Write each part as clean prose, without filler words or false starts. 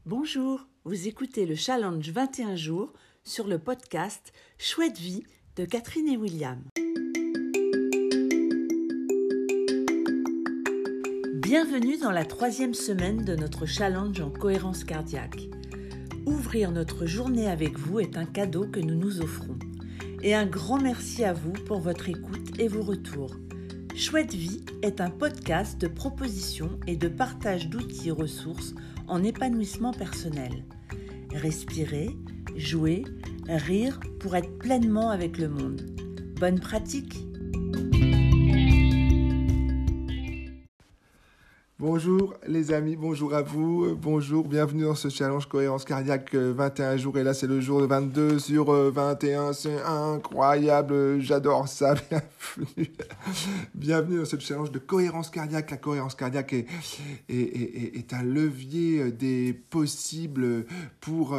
Bonjour, vous écoutez le challenge 21 jours sur le podcast Chouette vie de Catherine et William. Bienvenue dans la 3e semaine de notre challenge en cohérence cardiaque. Ouvrir notre journée avec vous est un cadeau que nous nous offrons. Et un grand merci à vous pour votre écoute et vos retours. Chouette vie est un podcast de propositions et de partage d'outils et ressources en épanouissement personnel. Respirer, jouer, rire pour être pleinement avec le monde. Bonne pratique! Bonjour les amis, bonjour à vous, bonjour, bienvenue dans ce challenge cohérence cardiaque 21 jours et là c'est le jour de 22 sur 21, c'est incroyable, j'adore ça, bienvenue dans ce challenge de cohérence cardiaque. La cohérence cardiaque est un levier des possibles pour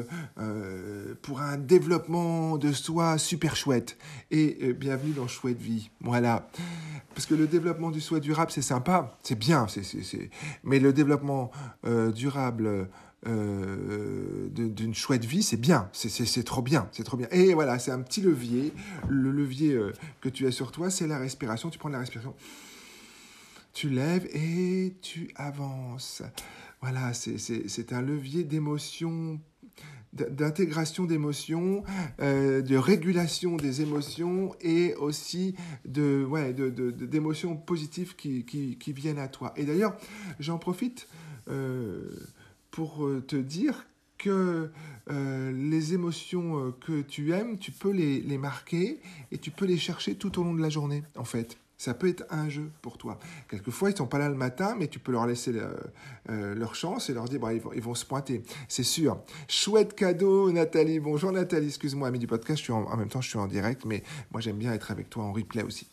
un développement de soi super chouette et bienvenue dans Chouette vie, voilà. Parce que le développement du soi durable, c'est sympa, c'est bien, mais le développement durable d'une chouette vie, c'est bien, c'est trop bien, c'est trop bien. Et voilà, c'est un petit levier. Le levier que tu as sur toi, c'est la respiration. Tu prends de la respiration, tu lèves et tu avances. Voilà, c'est un levier d'émotion, d'intégration d'émotions, de régulation des émotions et aussi d'émotions positives qui viennent à toi. Et d'ailleurs, j'en profite pour te dire que les émotions que tu aimes, tu peux les marquer et tu peux les chercher tout au long de la journée, en fait. Ça peut être un jeu pour toi. Quelquefois, ils ne sont pas là le matin, mais tu peux leur laisser leur chance et leur dire ils vont se pointer. C'est sûr. Chouette cadeau, Nathalie. Bonjour Nathalie, excuse-moi, amie du podcast, en même temps je suis en direct, mais moi j'aime bien être avec toi en replay aussi.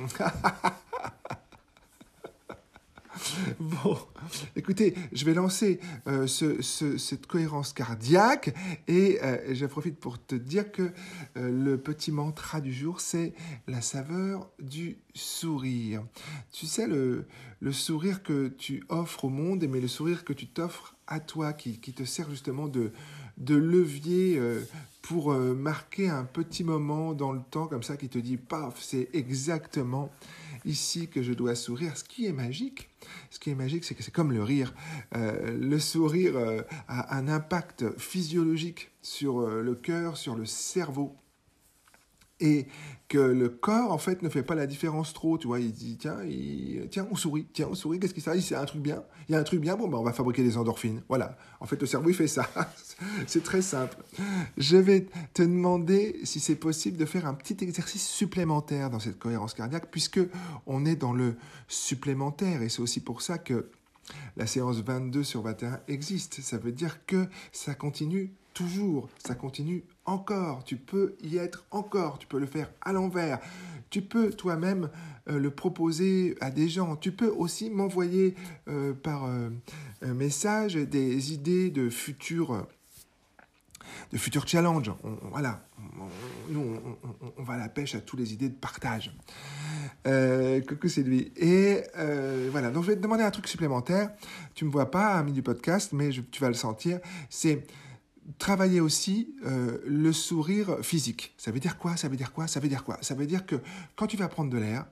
Bon, écoutez, je vais lancer cette cohérence cardiaque et je profite pour te dire que le petit mantra du jour, c'est la saveur du sourire. Tu sais, le sourire que tu offres au monde, mais le sourire que tu t'offres à toi, qui te sert justement de levier pour marquer un petit moment dans le temps, comme ça, qui te dit, paf, c'est exactement ici que je dois sourire. Ce qui est magique, c'est que c'est comme le rire. Le sourire a un impact physiologique sur le cœur, sur le cerveau. Et que le corps, en fait, ne fait pas la différence trop. Tu vois, il dit, tiens, on sourit, qu'est-ce qui s'arrive? Il y a un truc bien, bon, on va fabriquer des endorphines. Voilà. En fait, le cerveau, il fait ça. C'est très simple. Je vais te demander si c'est possible de faire un petit exercice supplémentaire dans cette cohérence cardiaque, puisque on est dans le supplémentaire. Et c'est aussi pour ça que la séance 22 sur 21 existe. Ça veut dire que ça continue toujours, ça continue encore. Tu peux y être encore, tu peux le faire à l'envers. Tu peux toi-même le proposer à des gens. Tu peux aussi m'envoyer par message des idées de futurs challenges. On va à la pêche à toutes les idées de partage. Coucou, c'est lui. Et voilà, donc je vais te demander un truc supplémentaire. Tu ne me vois pas, ami du podcast, mais tu vas le sentir. C'est travailler aussi le sourire physique. Ça veut dire quoi? Ça veut dire que quand tu vas prendre de l'air,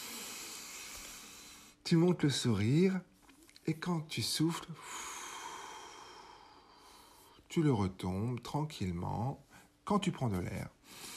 tu montes le sourire et quand tu souffles, tu le retombes tranquillement. Quand tu prends de l'air,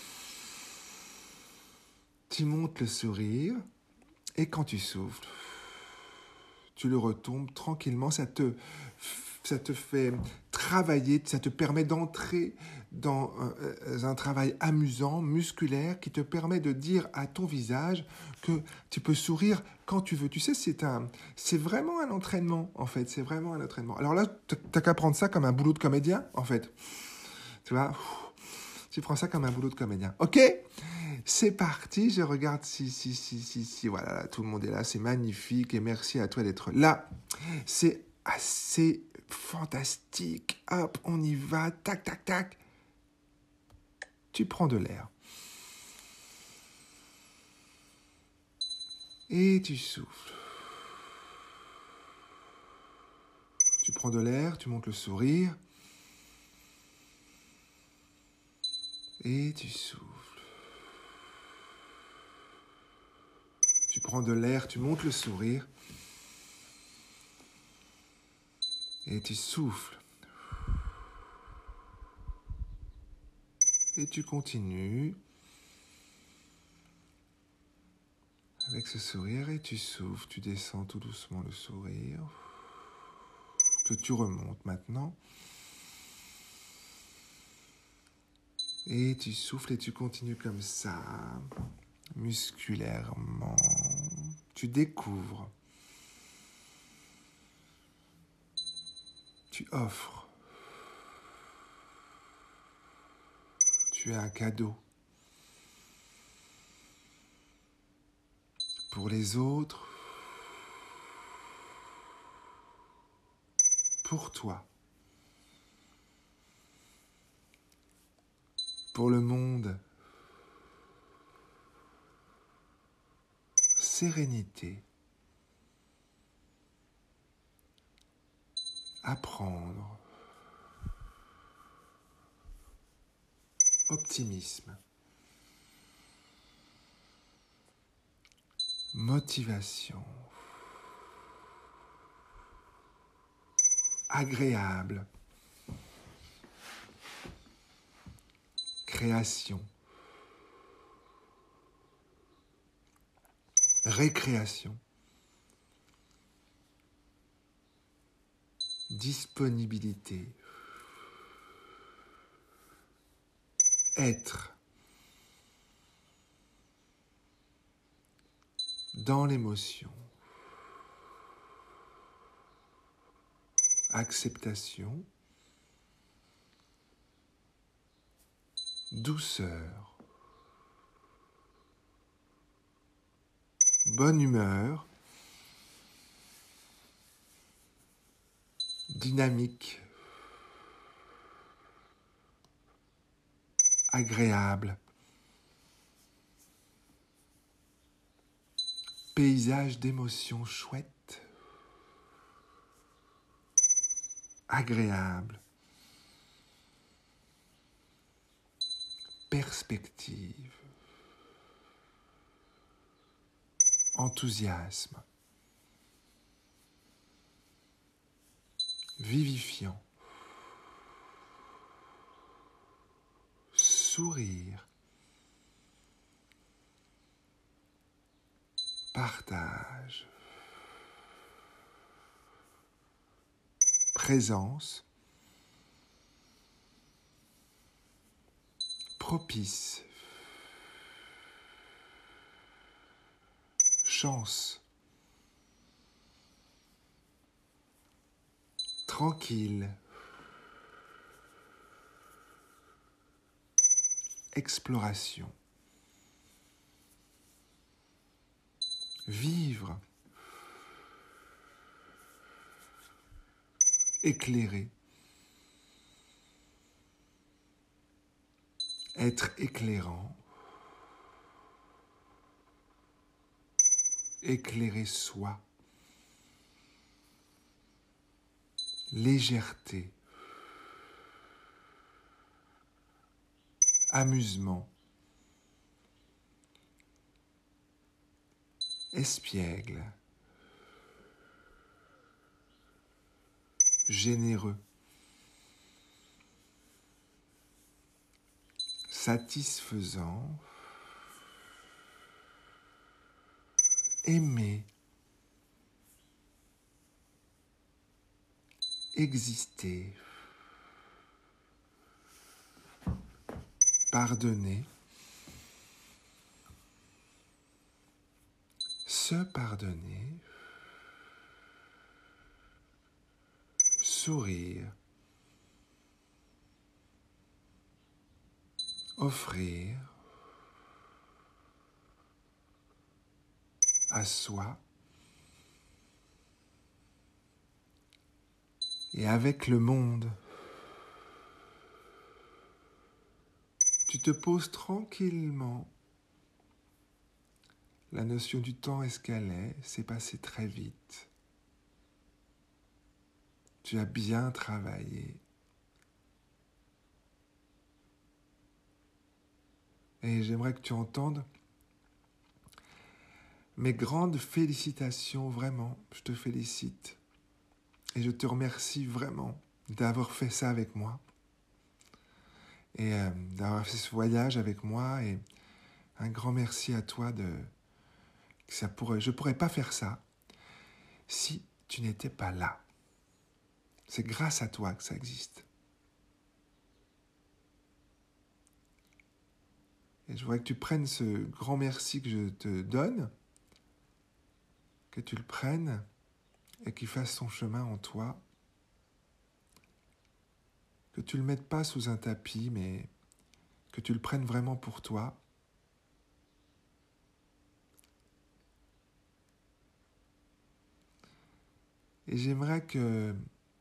tu montes le sourire et quand tu souffles, tu le retombes tranquillement. Ça te fait travailler, ça te permet d'entrer dans un travail amusant, musculaire, qui te permet de dire à ton visage que tu peux sourire quand tu veux. Tu sais, c'est vraiment un entraînement, en fait. C'est vraiment un entraînement. Alors là, tu n'as qu'à prendre ça comme un boulot de comédien, en fait. Tu vois, tu prends ça comme un boulot de comédien. OK ? C'est parti, je regarde si, voilà, tout le monde est là, c'est magnifique et merci à toi d'être là. C'est assez fantastique. Hop, on y va, tac, tac, tac. Tu prends de l'air. Et tu souffles. Tu prends de l'air, tu montes le sourire. Et tu souffles. Tu prends de l'air, tu montes le sourire. Et tu souffles. Et tu continues avec ce sourire et tu souffles. Tu descends tout doucement le sourire. Que tu remontes maintenant. Et tu souffles et tu continues comme ça, musculairement. Tu découvres. Tu offres. Tu es un cadeau. Pour les autres. Pour toi. Pour le monde. Sérénité. Apprendre. Optimisme. Motivation. Agréable. Création. Récréation. Disponibilité. Être. Dans l'émotion. Acceptation. Douceur. Bonne humeur. Dynamique. Agréable. Paysage d'émotions chouettes. Agréable. Perspective. Enthousiasme. Vivifiant. Sourire. Partage. Présence. Propice. Chance. Tranquille. Exploration. Vivre. Éclairer. Être éclairant. Éclairer soi. Légèreté. Amusement. Espiègle. Généreux. Satisfaisant. Aimer. Exister. Pardonner. Se pardonner. Sourire. Offrir. À soi. Et avec le monde. Tu te poses tranquillement. La notion du temps est ce qu'elle est, c'est passé très vite. Tu as bien travaillé. Et j'aimerais que tu entendes mes grandes félicitations, vraiment. Je te félicite. Et je te remercie vraiment d'avoir fait ça avec moi. Et d'avoir fait ce voyage avec moi. Et un grand merci à toi je ne pourrais pas faire ça si tu n'étais pas là. C'est grâce à toi que ça existe. Et je voudrais que tu prennes ce grand merci que je te donne, que tu le prennes et qu'il fasse son chemin en toi. Que tu ne le mettes pas sous un tapis, mais que tu le prennes vraiment pour toi. Et j'aimerais que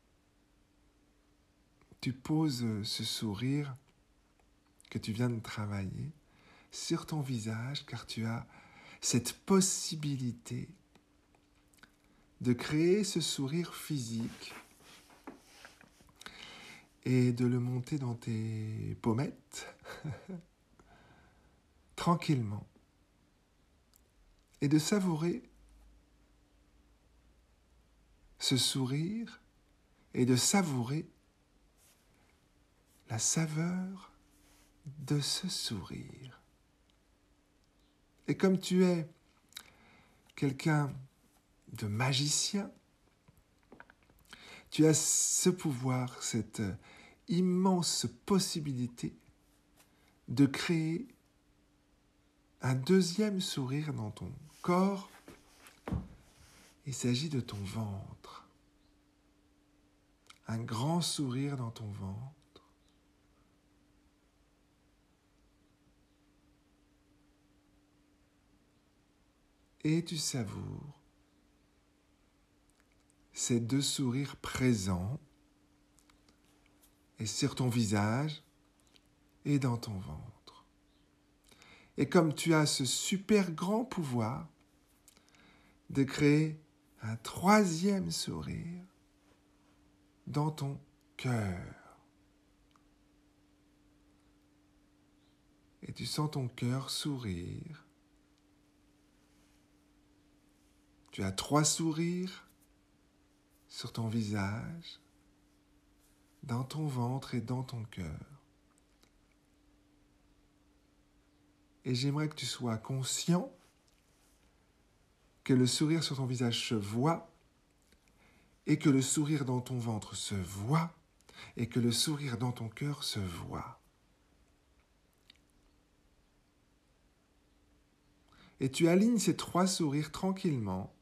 tu poses ce sourire que tu viens de travailler sur ton visage, car tu as cette possibilité de créer ce sourire physique et de le monter dans tes pommettes tranquillement et de savourer ce sourire et de savourer la saveur de ce sourire. Et comme tu es quelqu'un de magicien, tu as ce pouvoir, cette immense possibilité de créer un deuxième sourire dans ton corps. Il s'agit de ton ventre. Un grand sourire dans ton ventre. Et tu savoures ces deux sourires présents et sur ton visage et dans ton ventre. Et comme tu as ce super grand pouvoir de créer un troisième sourire dans ton cœur. Et tu sens ton cœur sourire. Tu as 3 sourires sur ton visage, dans ton ventre et dans ton cœur. Et j'aimerais que tu sois conscient que le sourire sur ton visage se voit et que le sourire dans ton ventre se voit et que le sourire dans ton cœur se voit. Et tu alignes ces 3 sourires tranquillement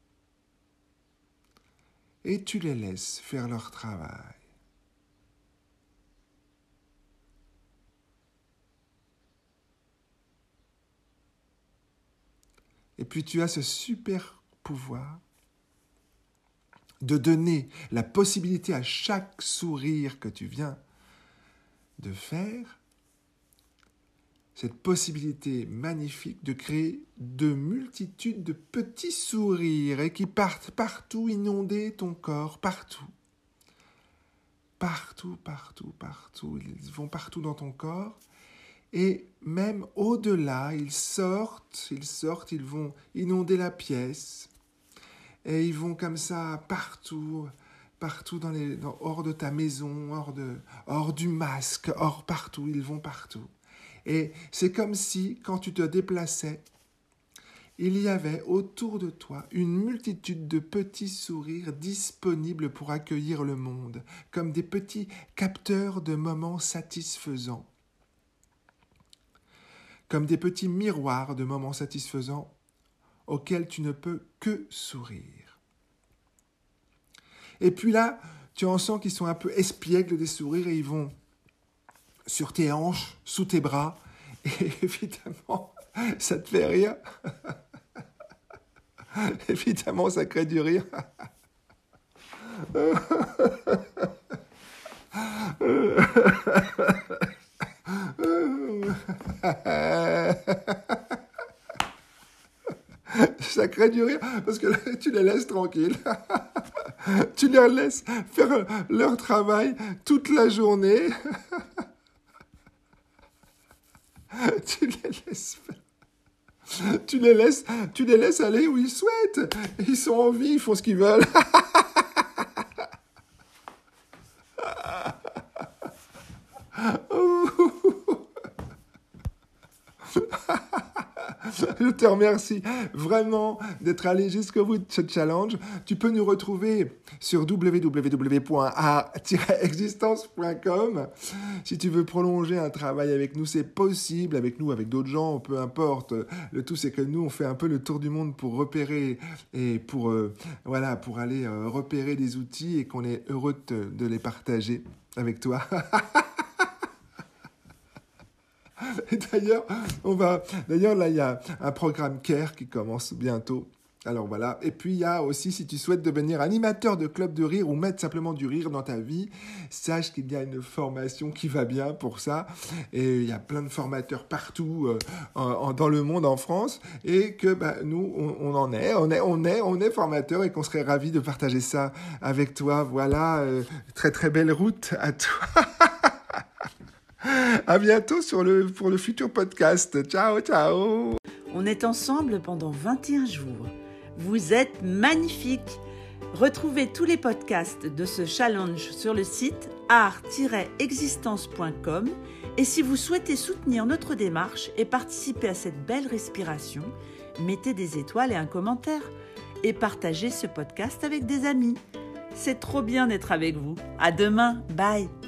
et tu les laisses faire leur travail. Et puis tu as ce super pouvoir de donner la possibilité à chaque sourire que tu viens de faire, cette possibilité magnifique de créer de multitudes de petits sourires et qui partent partout, inonder ton corps, partout. Partout, partout, partout. Ils vont partout dans ton corps. Et même au-delà, ils sortent, ils vont inonder la pièce. Et ils vont comme ça partout hors de ta maison, hors du masque, hors partout, ils vont partout. Et c'est comme si, quand tu te déplaçais, il y avait autour de toi une multitude de petits sourires disponibles pour accueillir le monde, comme des petits capteurs de moments satisfaisants, comme des petits miroirs de moments satisfaisants auxquels tu ne peux que sourire. Et puis là, tu en sens qu'ils sont un peu espiègles des sourires et ils vont sur tes hanches, sous tes bras, et évidemment, ça te fait rire. Évidemment, ça crée du rire. Ça crée du rire parce que là, tu les laisses tranquilles. Tu les laisses faire leur travail toute la journée. Tu les laisses faire. Tu les laisses aller où ils souhaitent. Ils sont en vie, ils font ce qu'ils veulent. Je te remercie vraiment d'être allé jusqu'au bout de ce challenge. Tu peux nous retrouver sur www.art-existence.com. Si tu veux prolonger un travail avec nous, c'est possible, avec nous, avec d'autres gens, peu importe. Le tout, c'est que nous, on fait un peu le tour du monde pour repérer et pour aller repérer des outils et qu'on est heureux de les partager avec toi. Et d'ailleurs, là, il y a un programme CARE qui commence bientôt. Alors voilà. Et puis, il y a aussi, si tu souhaites devenir animateur de club de rire ou mettre simplement du rire dans ta vie, sache qu'il y a une formation qui va bien pour ça. Et il y a plein de formateurs partout dans le monde, en France. Et que nous, on est formateurs et qu'on serait ravis de partager ça avec toi. Voilà, très très belle route à toi. À bientôt pour le futur podcast. Ciao, ciao. On est ensemble pendant 21 jours. Vous êtes magnifiques. Retrouvez tous les podcasts de ce challenge sur le site art-existence.com. Et si vous souhaitez soutenir notre démarche et participer à cette belle respiration, mettez des étoiles et un commentaire. Et partagez ce podcast avec des amis. C'est trop bien d'être avec vous. À demain. Bye.